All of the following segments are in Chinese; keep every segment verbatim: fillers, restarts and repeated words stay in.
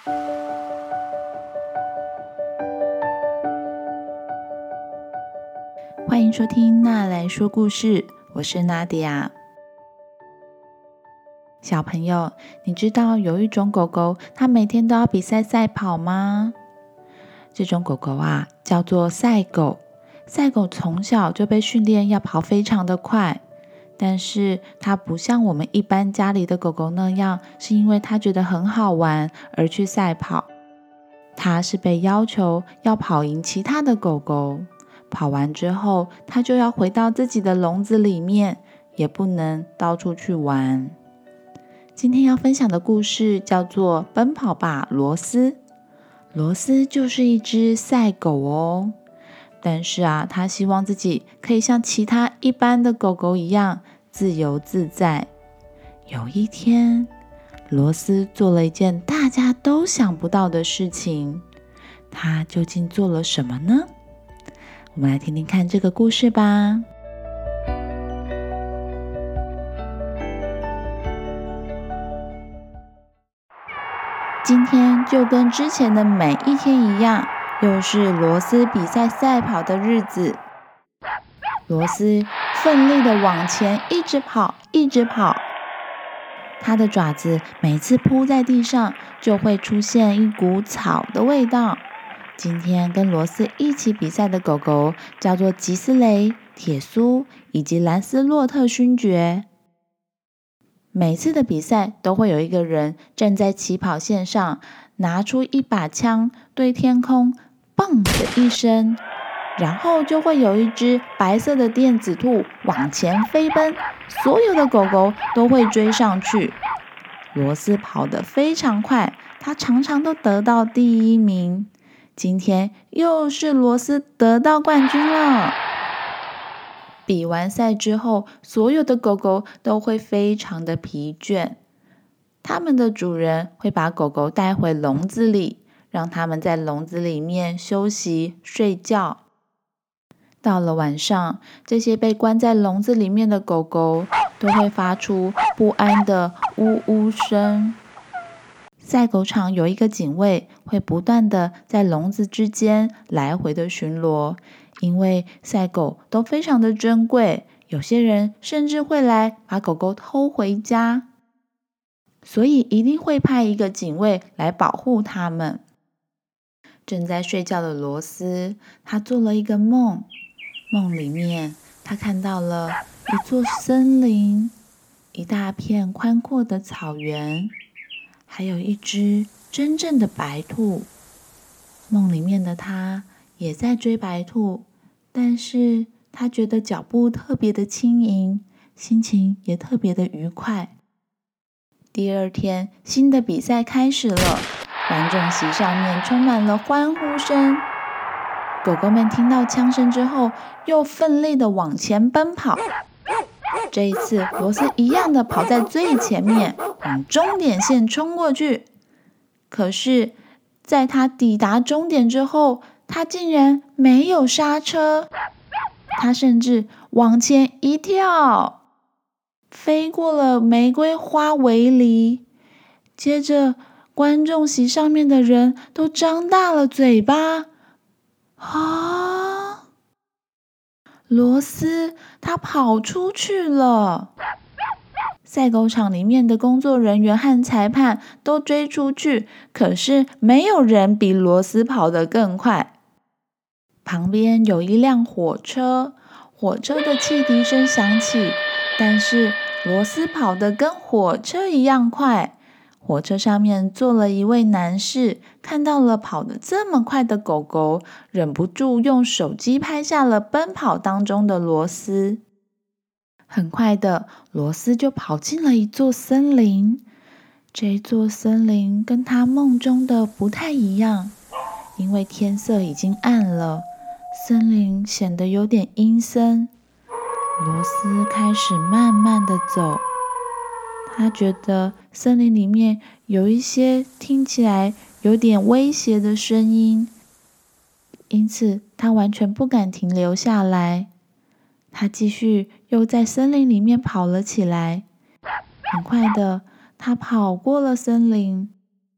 欢迎收听娜来说故事，我是娜迪亚。小朋友，你知道有一种狗狗，它每天都要比赛赛跑吗？这种狗狗啊，叫做赛狗。赛狗从小就被训练要跑非常的快，但是它不像我们一般家里的狗狗那样，是因为它觉得很好玩而去赛跑。它是被要求要跑赢其他的狗狗，跑完之后，它就要回到自己的笼子里面，也不能到处去玩。今天要分享的故事叫做《奔跑吧，罗斯》。罗斯就是一只赛狗哦，但是啊，他希望自己可以像其他一般的狗狗一样自由自在。有一天，罗斯做了一件大家都想不到的事情，他究竟做了什么呢？我们来听听看这个故事吧。今天就跟之前的每一天一样，又是罗斯比赛赛跑的日子。罗斯奋力地往前一直跑，一直跑。他的爪子每次扑在地上，就会出现一股草的味道。今天跟罗斯一起比赛的狗狗叫做吉斯雷、铁苏以及兰斯洛特勋爵。每次的比赛都会有一个人站在起跑线上，拿出一把枪对天空砰的一声，然后就会有一只白色的电子兔往前飞奔，所有的狗狗都会追上去。罗斯跑得非常快，他常常都得到第一名。今天又是罗斯得到冠军了。比完赛之后，所有的狗狗都会非常的疲倦。他们的主人会把狗狗带回笼子里，让它们在笼子里面休息睡觉。到了晚上，这些被关在笼子里面的狗狗都会发出不安的呜呜声。赛狗场有一个警卫，会不断的在笼子之间来回的巡逻，因为赛狗都非常的珍贵，有些人甚至会来把狗狗偷回家，所以一定会派一个警卫来保护它们。正在睡觉的罗斯，他做了一个梦，梦里面他看到了一座森林，一大片宽阔的草原，还有一只真正的白兔。梦里面的他也在追白兔，但是他觉得脚步特别的轻盈，心情也特别的愉快。第二天，新的比赛开始了，观众席上面充满了欢呼声。狗狗们听到枪声之后，又奋力的往前奔跑。这一次，罗斯一样的跑在最前面，往终点线冲过去。可是，在他抵达终点之后，他竟然没有刹车，他甚至往前一跳，飞过了玫瑰花围篱。接着，观众席上面的人都张大了嘴巴。啊！罗斯他跑出去了。赛狗场里面的工作人员和裁判都追出去，可是没有人比罗斯跑得更快。旁边有一辆火车，火车的汽笛声响起，但是罗斯跑得跟火车一样快。火车上面坐了一位男士，看到了跑得这么快的狗狗，忍不住用手机拍下了奔跑当中的罗斯。很快的，罗斯就跑进了一座森林。这座森林跟他梦中的不太一样，因为天色已经暗了，森林显得有点阴森。罗斯开始慢慢的走，他觉得森林里面有一些听起来有点威胁的声音，因此他完全不敢停留下来。他继续又在森林里面跑了起来。很快的，他跑过了森林。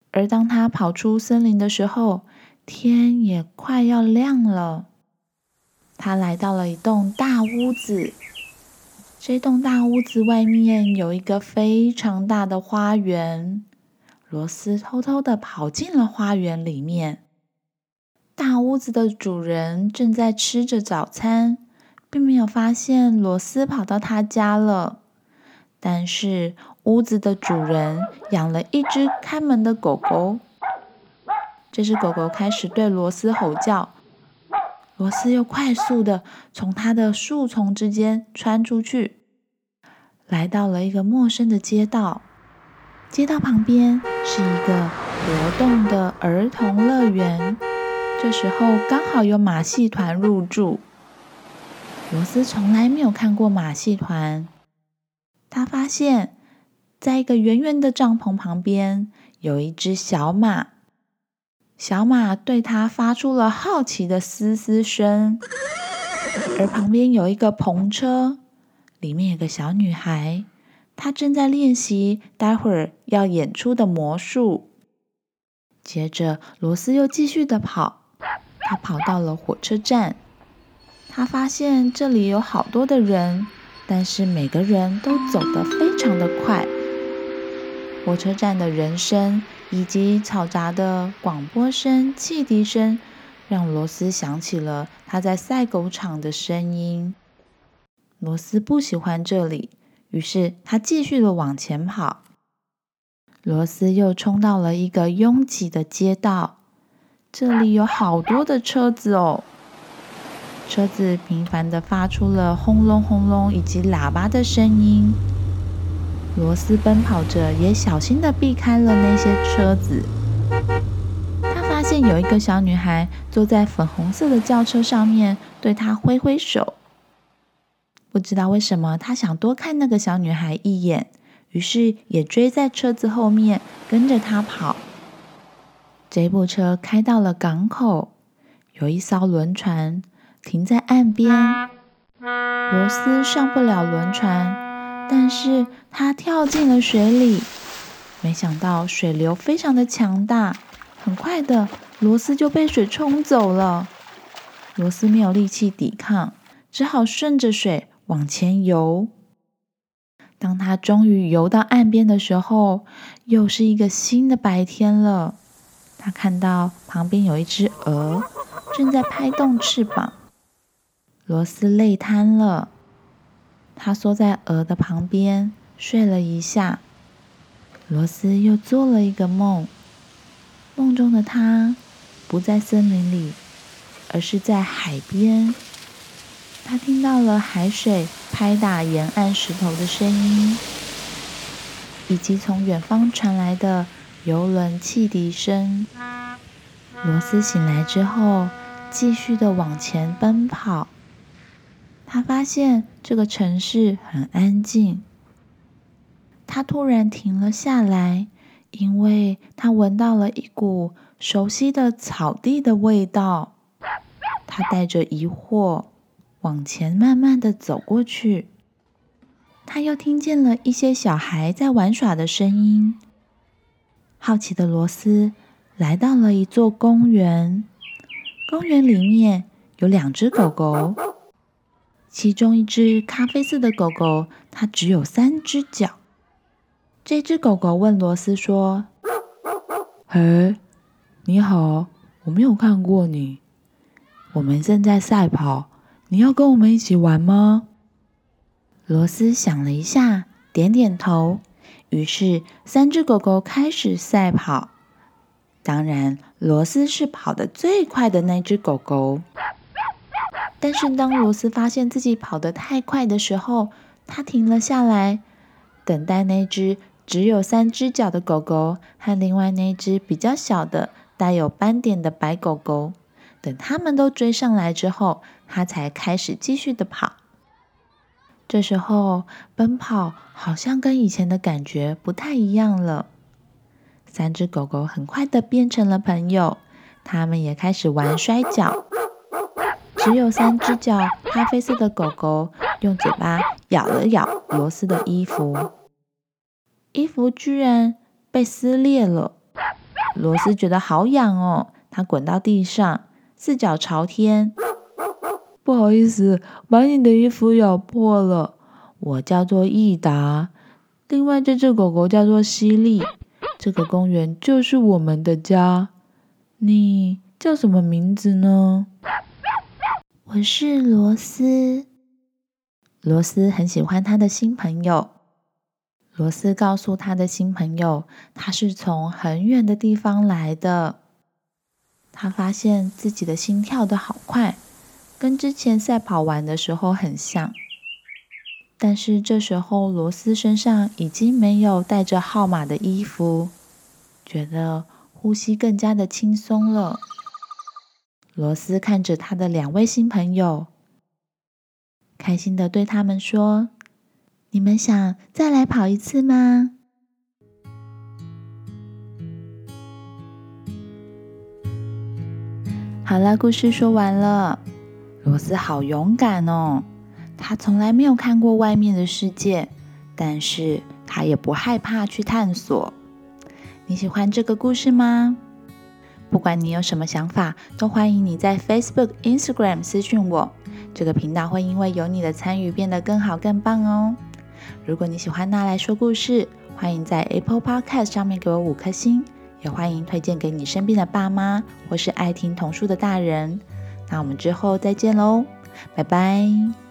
而当他跑出森林的时候，天也快要亮了。他来到了一栋大屋子，这栋大屋子外面有一个非常大的花园。罗斯偷偷地跑进了花园里面。大屋子的主人正在吃着早餐，并没有发现罗斯跑到他家了。但是屋子的主人养了一只看门的狗狗，这只狗狗开始对罗斯吼叫。罗斯又快速地从他的树丛之间穿出去，来到了一个陌生的街道。街道旁边是一个活动的儿童乐园，这时候刚好有马戏团入驻。罗斯从来没有看过马戏团，他发现在一个圆圆的帐篷旁边有一只小马，小马对他发出了好奇的嘶嘶声。而旁边有一个篷车，里面有个小女孩，她正在练习待会儿要演出的魔术。接着罗斯又继续的跑，他跑到了火车站，他发现这里有好多的人，但是每个人都走得非常的快。火车站的人声以及嘈杂的广播声、汽笛声，让罗斯想起了他在赛狗场的声音。罗斯不喜欢这里，于是他继续的往前跑。罗斯又冲到了一个拥挤的街道，这里有好多的车子哦。车子频繁地发出了轰隆轰隆以及喇叭的声音。罗斯奔跑着，也小心地避开了那些车子。他发现有一个小女孩坐在粉红色的轿车上面，对他挥挥手。不知道为什么，他想多看那个小女孩一眼，于是也追在车子后面，跟着她跑。这部车开到了港口，有一艘轮船停在岸边。罗斯上不了轮船，但是他跳进了水里。没想到水流非常的强大，很快的，罗斯就被水冲走了。罗斯没有力气抵抗，只好顺着水往前游。当他终于游到岸边的时候，又是一个新的白天了。他看到旁边有一只鹅，正在拍动翅膀。罗斯累瘫了，他缩在鹅的旁边睡了一下。罗斯又做了一个梦，梦中的他不在森林里，而是在海边。他听到了海水拍打沿岸石头的声音，以及从远方传来的邮轮汽笛声。罗斯醒来之后，继续的往前奔跑。他发现这个城市很安静。他突然停了下来，因为他闻到了一股熟悉的草地的味道。他带着疑惑往前慢慢的走过去。他又听见了一些小孩在玩耍的声音。好奇的罗斯来到了一座公园，公园里面有两只狗狗，其中一只咖啡色的狗狗，它只有三只脚。这只狗狗问罗斯说：“嘿，你好，我没有看过你。我们正在赛跑，你要跟我们一起玩吗？”罗斯想了一下，点点头。于是三只狗狗开始赛跑。当然，罗斯是跑得最快的那只狗狗。但是当罗斯发现自己跑得太快的时候，他停了下来，等待那只只有三只脚的狗狗和另外那只比较小的带有斑点的白狗狗，等他们都追上来之后，他才开始继续的跑。这时候奔跑好像跟以前的感觉不太一样了。三只狗狗很快的变成了朋友，他们也开始玩摔跤。只有三只脚咖啡色的狗狗用嘴巴咬了咬罗斯的衣服，衣服居然被撕裂了。 罗斯觉得好痒哦，他滚到地上，四脚朝天。不好意思，把你的衣服咬破了。我叫做益达，另外这只狗狗叫做西利。这个公园就是我们的家。你叫什么名字呢？我是罗斯。罗斯很喜欢他的新朋友。罗斯告诉他的新朋友，他是从很远的地方来的。他发现自己的心跳得好快，跟之前赛跑完的时候很像。但是这时候罗斯身上已经没有带着号码的衣服，觉得呼吸更加的轻松了。罗斯看着他的两位新朋友，开心地对他们说：你们想再来跑一次吗？好了，故事说完了。罗斯好勇敢哦，他从来没有看过外面的世界，但是他也不害怕去探索。你喜欢这个故事吗？不管你有什么想法，都欢迎你在 Facebook、Instagram 私讯我。这个频道会因为有你的参与变得更好更棒哦。如果你喜欢娜来说故事，欢迎在 Apple Podcast 上面给我五颗星，也欢迎推荐给你身边的爸妈或是爱听童书的大人。那我们之后再见喽，拜拜。